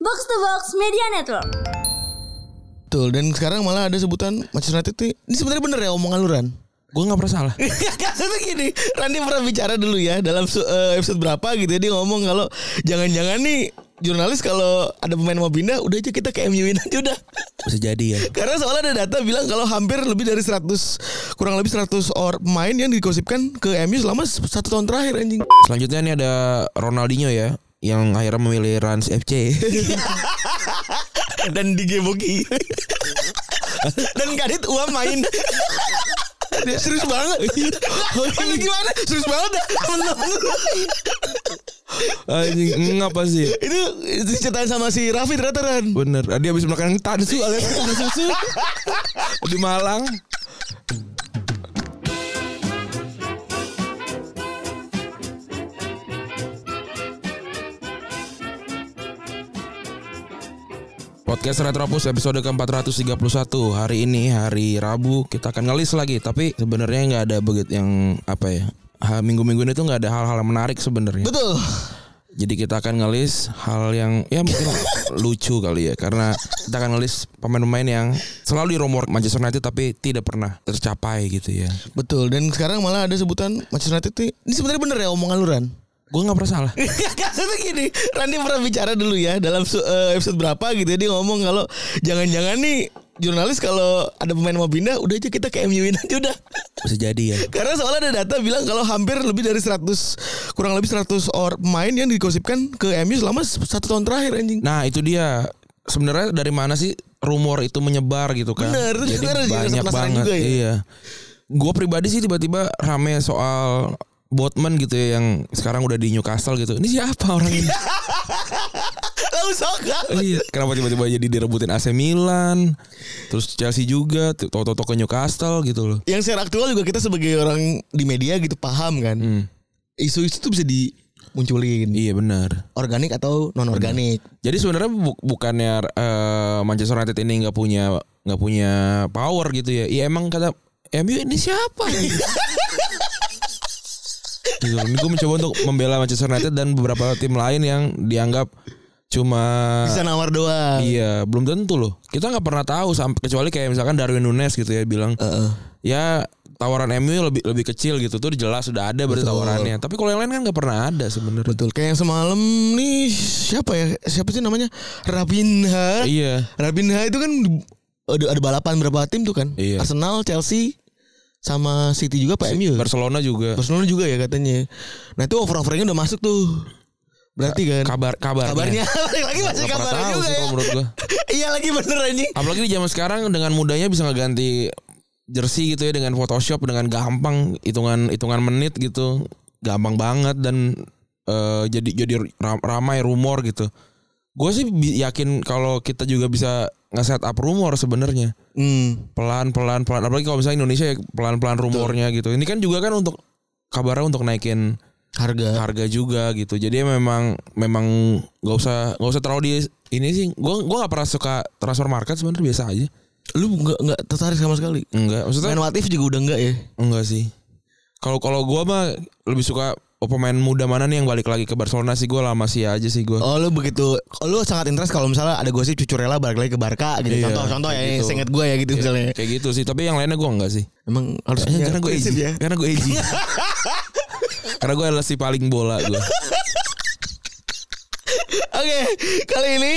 Box to Box Media Network. Betul, dan sekarang malah ada sebutan Manchester United ini sebenarnya bener ya omongan lu Ran? Gue gak pernah salah. Maksudnya gini, Randy pernah bicara dulu ya dalam episode berapa gitu ya, dia ngomong kalau jangan-jangan nih jurnalis kalau ada pemain mau pindah udah aja kita ke MU-in aja udah. Bisa jadi ya. Karena soalnya ada data bilang kalau hampir lebih dari 100 kurang lebih 100 pemain yang digosipkan ke MU selama 1 tahun terakhir anjing. Selanjutnya nih ada Ronaldinho ya, yang akhirnya memilih Rans FC. Dan digeboki. Dan Kadit uang main. Serius banget. Ini gimana? Serius banget dah. Anjing, ngapa sih? Itu diceritain sama si Raffi ternyata Ran. Bener, dia habis makan tansu alias susu di Malang. Podcast Retropus episode ke-431. Hari ini hari Rabu, kita akan ngelis lagi. Tapi sebenarnya nggak ada begitu yang apa ya, minggu-minggu ini tuh nggak ada hal-hal yang menarik sebenarnya. Betul. Jadi kita akan ngelis hal yang ya mungkin lucu kali ya, karena kita akan ngelis pemain-pemain yang selalu dirumor Manchester United tapi tidak pernah tercapai gitu ya. Betul, dan sekarang malah ada sebutan Manchester United ini sebenarnya bener ya omongan lu Ran? Gue gak pernah salah. Maksudnya gini, Randy pernah bicara dulu ya dalam episode berapa gitu ya, dia ngomong kalau jangan-jangan nih jurnalis kalau ada pemain mau pindah udah aja kita ke MU-in aja udah. Bisa jadi ya. Karena soalnya ada data bilang kalau hampir lebih dari 100 kurang lebih 100 pemain yang digosipkan ke MU selama 1 tahun terakhir anjing. Nah itu dia. Sebenarnya dari mana sih rumor itu menyebar gitu kan? Bener, jadi banyak banget juga ya? Iya. Gue pribadi sih tiba-tiba rame soal Botman gitu ya, yang sekarang udah di Newcastle gitu. Ini siapa orang ini? Lalu soka. Iya. Kenapa tiba-tiba jadi direbutin AC Milan, terus Chelsea juga, toto ke Newcastle gitu loh. Yang secara aktual juga kita sebagai orang di media gitu paham kan. Isu-isu tuh bisa dimunculin. Iya benar. Organik atau non organik. Jadi sebenarnya bukannya Manchester United ini nggak punya power gitu ya. Iya emang kata MU ini siapa? Gitu. Ini gue mencoba untuk membela Manchester United dan beberapa tim lain yang dianggap cuma bisa nawar doang. Iya, belum tentu loh. Kita nggak pernah tahu sampai kecuali kayak misalkan Darwin Núñez gitu ya bilang, ya tawaran MU lebih kecil gitu tuh jelas sudah ada berarti tawarannya. Tapi kalau yang lain kan nggak pernah ada sebenarnya. Betul. Kayak yang semalam nih siapa sih namanya Rabinha. Iya. Rabinha itu kan ada balapan berapa tim tuh kan? Iya. Arsenal, Chelsea, sama City juga Pak MU. Barcelona juga ya katanya. Nah itu over-overnya udah masuk tuh. Berarti kan kabarnya lagi masih kabarnya juga ya. Menurut gua. Iya lagi bener anjing. Apalagi di zaman sekarang dengan mudahnya bisa ngeganti jersey gitu ya dengan Photoshop dengan gampang, hitungan menit gitu. Gampang banget dan jadi ramai rumor gitu. Gue sih yakin kalau kita juga bisa nge-set up rumor sebenarnya. Pelan apalagi kalau misalnya Indonesia ya pelan-pelan rumornya gitu. Ini kan juga kan untuk kabarnya untuk naikin harga juga gitu. Jadi memang enggak usah terlalu di ini sih. Gua enggak pernah suka transfer market sebenarnya, biasa aja. Lu enggak tertarik sama sekali? Enggak. Maksudnya main Watif juga udah enggak ya? Enggak sih. Kalau gua mah lebih suka pemain muda mana nih yang balik lagi ke Barcelona sih, gue lama sih aja sih gue. Oh lu begitu, lu sangat interest kalau misalnya ada gosip Cucurella balik lagi ke Barca gitu. Iya, contoh ya, gitu. seinget gue ya gitu misalnya. Kayak gitu sih, tapi yang lainnya gue enggak sih. Emang harus karena gue edgy ya? Karena gue edgy. Karena gue adalah si paling bola gue. Oke, kali ini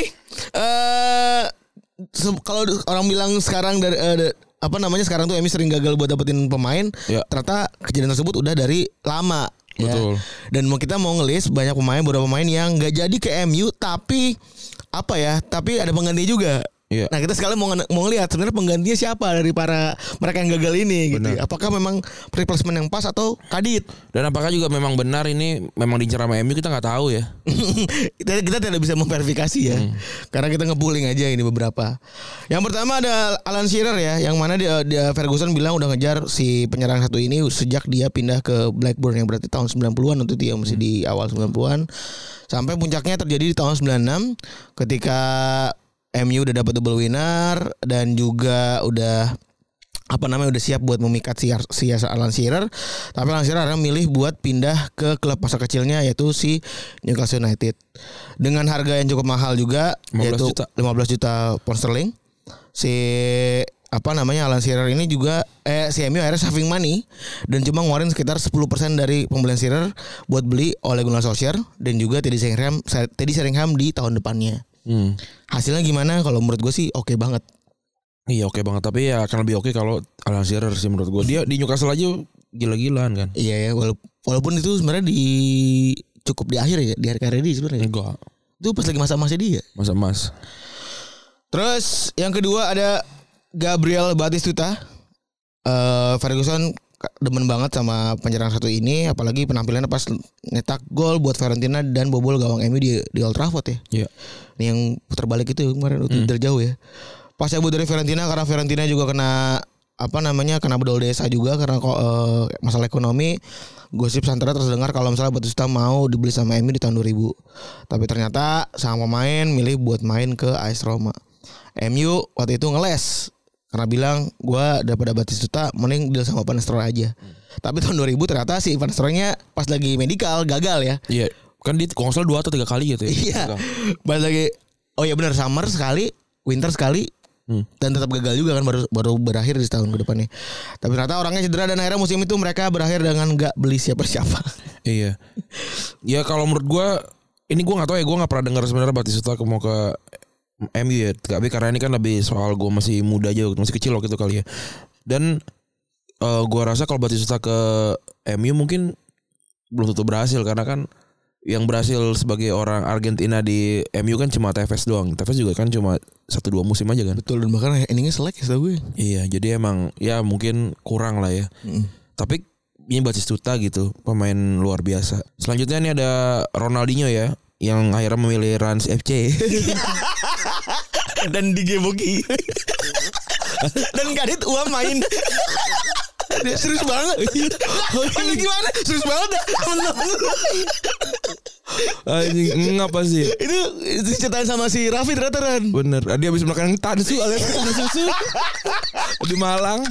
kalau orang bilang sekarang dari sekarang tuh MU sering gagal buat dapetin pemain, ya. Ternyata kejadian tersebut udah dari lama. Betul. Ya. Dan kita mau ngelis beberapa pemain yang nggak jadi ke MU tapi ada pengganti juga. Iya. Nah kita sekali mau ngelihat sebenarnya penggantinya siapa dari para mereka yang gagal ini gitu. Apakah memang replacement yang pas atau Kadit? Dan apakah juga memang benar ini memang diincar sama MU, kita nggak tahu ya. kita tidak bisa memverifikasi ya. Karena kita nge-pooling aja ini beberapa. Yang pertama ada Alan Shearer ya, yang mana dia Ferguson bilang udah ngejar si penyerang satu ini sejak dia pindah ke Blackburn, yang berarti tahun 90-an waktu itu ya, masih di awal 90-an. Sampai puncaknya terjadi di tahun 96 ketika MU udah dapat double winner dan juga udah udah siap buat memikat si Alan Shearer, tapi Alan Shearer milih buat pindah ke klub masa kecilnya yaitu si Newcastle United dengan harga yang cukup mahal juga 15 juta pound sterling. Si Alan Shearer ini juga si MU akhirnya saving money dan cuma ngeluarin sekitar 10% dari pembelian Shearer buat beli Ole Gunnar Solskjaer dan juga Teddy Sheringham di tahun depannya. Hasilnya gimana? Kalau menurut gue sih oke banget. Iya oke banget, tapi ya akan lebih oke kalau Alan Shearer sih menurut gue. Dia di Newcastle aja gila-gilaan kan. Iya ya, walaupun itu sebenarnya cukup di akhir ya, di akhir karir dia sebenarnya. Enggak. Itu pas lagi masa-masa dia. Masa-mas. Terus yang kedua ada Gabriel Batistuta. Ferguson demen banget sama penyerang satu ini, apalagi penampilannya pas nyetak gol buat Fiorentina dan bobol gawang MU di Old Trafford ya. Iya. Ini yang putar balik itu kemarin dari jauh ya. Pas cabut dari Fiorentina karena Fiorentina juga kena bedol desa juga karena masalah ekonomi. Gosip santernya terus dengar kalau misalnya Batistuta mau dibeli sama MU di tahun 2000. Tapi ternyata sang pemain milih buat main ke AS Roma. MU waktu itu ngeles karena bilang gue daripada Batistuta mending deal sama Van Nistelrooy aja. Tapi tahun 2000 ternyata si Van Nistelrooy-nya pas lagi medical gagal ya. Iya. Kan dia kalau nggak salah 2 atau 3 kali gitu ya. Iya. Pas lagi benar summer sekali, winter sekali. Dan tetap gagal juga kan baru berakhir di tahun ke depannya. Tapi ternyata orangnya cedera dan akhirnya musim itu mereka berakhir dengan gak beli siapa-siapa. Iya. Ya kalau menurut gue ini gue gak tahu ya, gue gak pernah dengar sebenarnya Batistuta mau ke MU ya. Tapi karena ini kan lebih soal gue masih muda aja, masih kecil waktu itu kali ya. Dan gue rasa kalau Batistuta ke MU mungkin belum tentu berhasil karena kan yang berhasil sebagai orang Argentina di MU kan cuma Tevez doang. Tevez juga kan cuma 1-2 musim aja kan. Betul, dan bahkan endingnya selek ya setahu gue. Iya, jadi emang ya mungkin kurang lah ya. Tapi ini Batistuta gitu, pemain luar biasa. Selanjutnya ini ada Ronaldinho ya, yang akhirnya memilih Rans FC. Dan digeboki. Dan Kadit uang main. Serius banget. Gimana? Serius banget dah. Anjing ngapa sih? Itu diceritain sama si Raffi ternyata Ran. Bener. Dia habis makan tansu alias susu di Malang.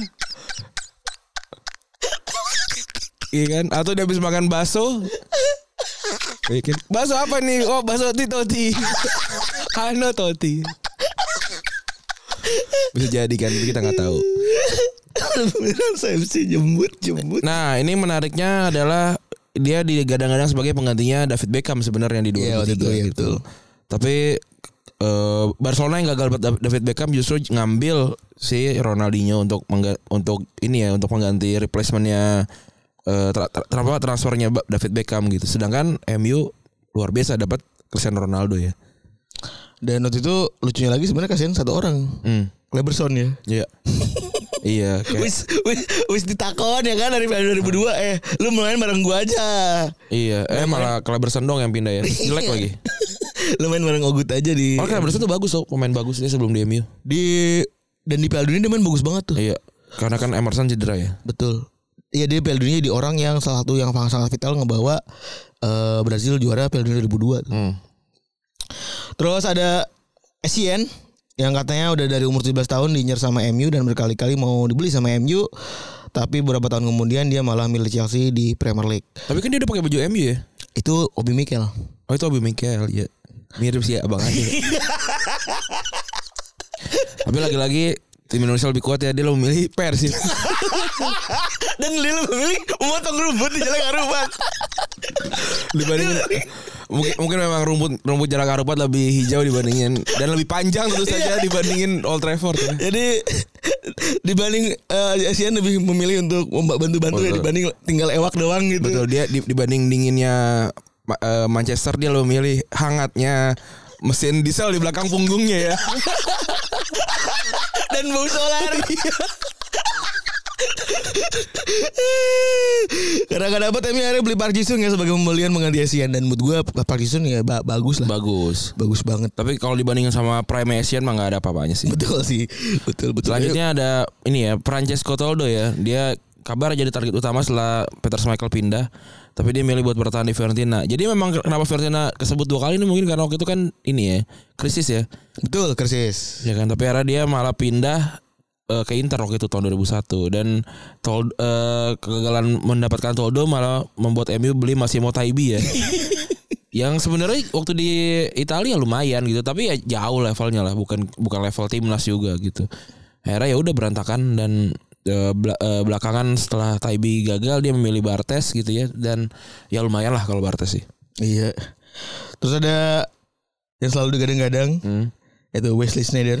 Iya kan? Atau dia habis makan bakso. Bakso apa nih? Oh, bakso Toti. Ano Toti. Bisa jadi kan, kita nggak tahu. Saya mesti jembut. Nah, ini menariknya adalah dia digadang-gadang sebagai penggantinya David Beckham sebenarnya di 2003 gitu. Tapi Barcelona yang gagal David Beckham justru ngambil si Ronaldinho untuk ini ya, untuk mengganti replacementnya transfernya David Beckham gitu. Sedangkan MU luar biasa dapat Cristiano Ronaldo ya. Dan waktu itu lucunya lagi sebenarnya kasihan satu orang. Kleberson ya. Iya. Iya. Wis ditakon ya kan dari 2002 lu main bareng gua aja. Iya. Malah Kleberson dong yang pindah ya. Jelek lagi. Lu main bareng Ogut aja di. Oh, Kleberson tuh bagus tuh, pemain bagus dia sebelum di MU. Dan di Piala Dunia dia main bagus banget tuh. Iya. Karena kan Emerson cedera ya. Betul. Iya, dia Piala Dunia di orang yang salah satu yang sangat vital ngebawa Brazil juara Piala Dunia 2002 tuh. Terus ada Essien yang katanya udah dari umur 17 tahun diincar sama MU dan berkali-kali mau dibeli sama MU, tapi beberapa tahun kemudian dia malah milih Chelsea di Premier League. Tapi kan dia udah pakai baju MU ya? Itu Obi Mikel. Oh, itu Obi Mikel ya. Mirip sih abang aja. Tapi lagi-lagi tim Indonesia lebih kuat ya, dia lo memilih Persib. Dan dia lo memilih memotong rumput di Jalan Harupat. Dibandingin mungkin memang rumput Jalan Harupat lebih hijau dibandingin dan lebih panjang tentu saja dibandingin Old Trafford ya. Jadi dibanding Essien lebih memilih untuk bantu-bantu ya dibanding tinggal ewak doang gitu. Betul, dia dibanding dinginnya Manchester dia lo memilih hangatnya mesin diesel di belakang punggungnya ya. Dan bau solar. Karena gak dapet MU akhirnya beli Park Ji-sung ya sebagai pembelian mengganti Essien. Dan menurut gue Park Ji-sung ya bagus lah. Bagus banget. Tapi kalau dibandingin sama Prime Essien mah gak ada apa-apanya sih. Betul sih. Betul. Selanjutnya ada ini ya, Francesco Toldo ya. Dia kabar jadi target utama setelah Peter Schmeichel pindah. Tapi dia milih buat bertahan di Fiorentina. Jadi memang kenapa Fiorentina kesebut 2 kali ini mungkin karena waktu itu kan ini ya, krisis ya. Betul, krisis. Ya kan, tapi akhirnya dia malah pindah ke Inter waktu itu tahun 2001 dan kegagalan mendapatkan Toldo malah membuat MU beli Massimo Taibi ya. Yang sebenarnya waktu di Italia lumayan gitu, tapi ya jauh levelnya lah, bukan level timnas juga gitu. Akhirnya ya udah berantakan dan belakangan setelah Taibi gagal dia memilih Bartes gitu ya, dan ya lumayan lah kalau Bartes sih. Iya. Terus ada yang selalu digadang-gadang itu Wesley Sneijder.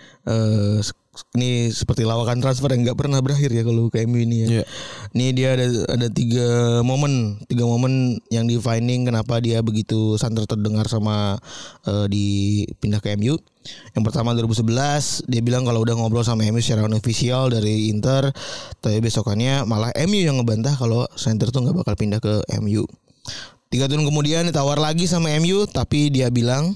Ini seperti lawakan transfer yang nggak pernah berakhir ya kalau ke MU ini ya. Yeah. Ini dia ada tiga momen yang defining kenapa dia begitu santer terdengar sama dipindah ke MU. Yang pertama 2011 dia bilang kalau udah ngobrol sama MU secara unofficial dari Inter, tapi besokannya malah MU yang ngebantah kalau Sneijder tuh nggak bakal pindah ke MU. 3 tahun kemudian ditawar lagi sama MU, tapi dia bilang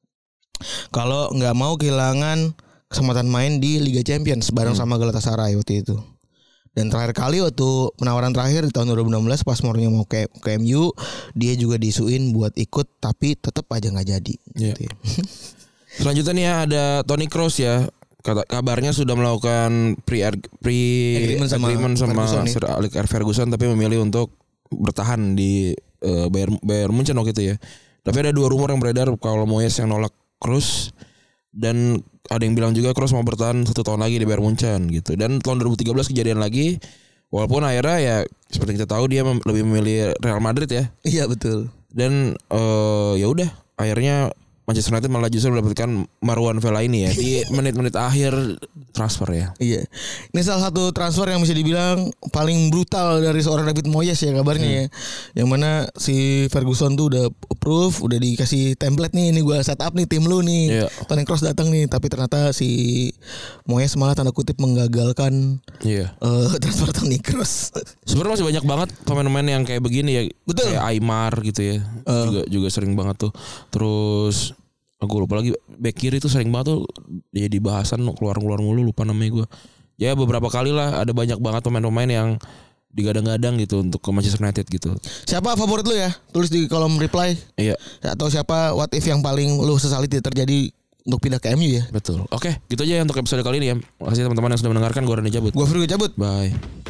kalau nggak mau kehilangan kesempatan main di Liga Champions bareng sama Galatasaray waktu itu. Dan terakhir kali waktu penawaran terakhir di tahun 2016 pas Mourinho mau ke MU, dia juga diisuin buat ikut tapi tetap aja nggak jadi. Yeah. Gitu ya. Selanjutnya nih ada Toni Kroos ya. Kabarnya sudah melakukan pre-agreement sama Sir Alex Ferguson, tapi memilih untuk bertahan di Bayern Munchen waktu itu ya. Tapi ada 2 rumor yang beredar kalau Moyes yang nolak Kroos, dan ada yang bilang juga Kroos mau bertahan 1 tahun lagi di Bayern Munchen gitu. Dan tahun 2013 kejadian lagi, walaupun akhirnya ya seperti kita tahu dia lebih memilih Real Madrid ya. Iya betul. Dan ya udah akhirnya Manchester United malah justru mendapatkan Marwan Fellaini ya di menit-menit akhir transfer ya. Iya. Ini salah satu transfer yang bisa dibilang paling brutal dari seorang David Moyes ya kabarnya ya. Yang mana si Ferguson tuh udah approve, udah dikasih template nih, ini gua set up nih tim lu nih. Yeah. Toni Kroos datang nih, tapi ternyata si Moyes malah tanda kutip menggagalkan transfer Toni Kroos. Sebenarnya masih banyak banget pemain-pemain yang kayak begini ya. Betul. Kayak Aymar gitu ya. Juga sering banget tuh. Terus aku lupa lagi back kiri tuh sering banget tuh dia di bahasan keluar mulu, lupa namanya gue. Ya beberapa kali lah ada banyak banget pemain-pemain yang digadang-gadang gitu untuk ke Manchester United gitu. Siapa favorit lu ya? Tulis di kolom reply. Iya. Atau siapa what if yang paling lu sesali tidak terjadi untuk pindah ke MU ya? Betul. Oke, gitu aja untuk episode kali ini ya. Makasih teman-teman yang sudah mendengarkan. Gue Rani cabut. Gue Firgo cabut. Bye.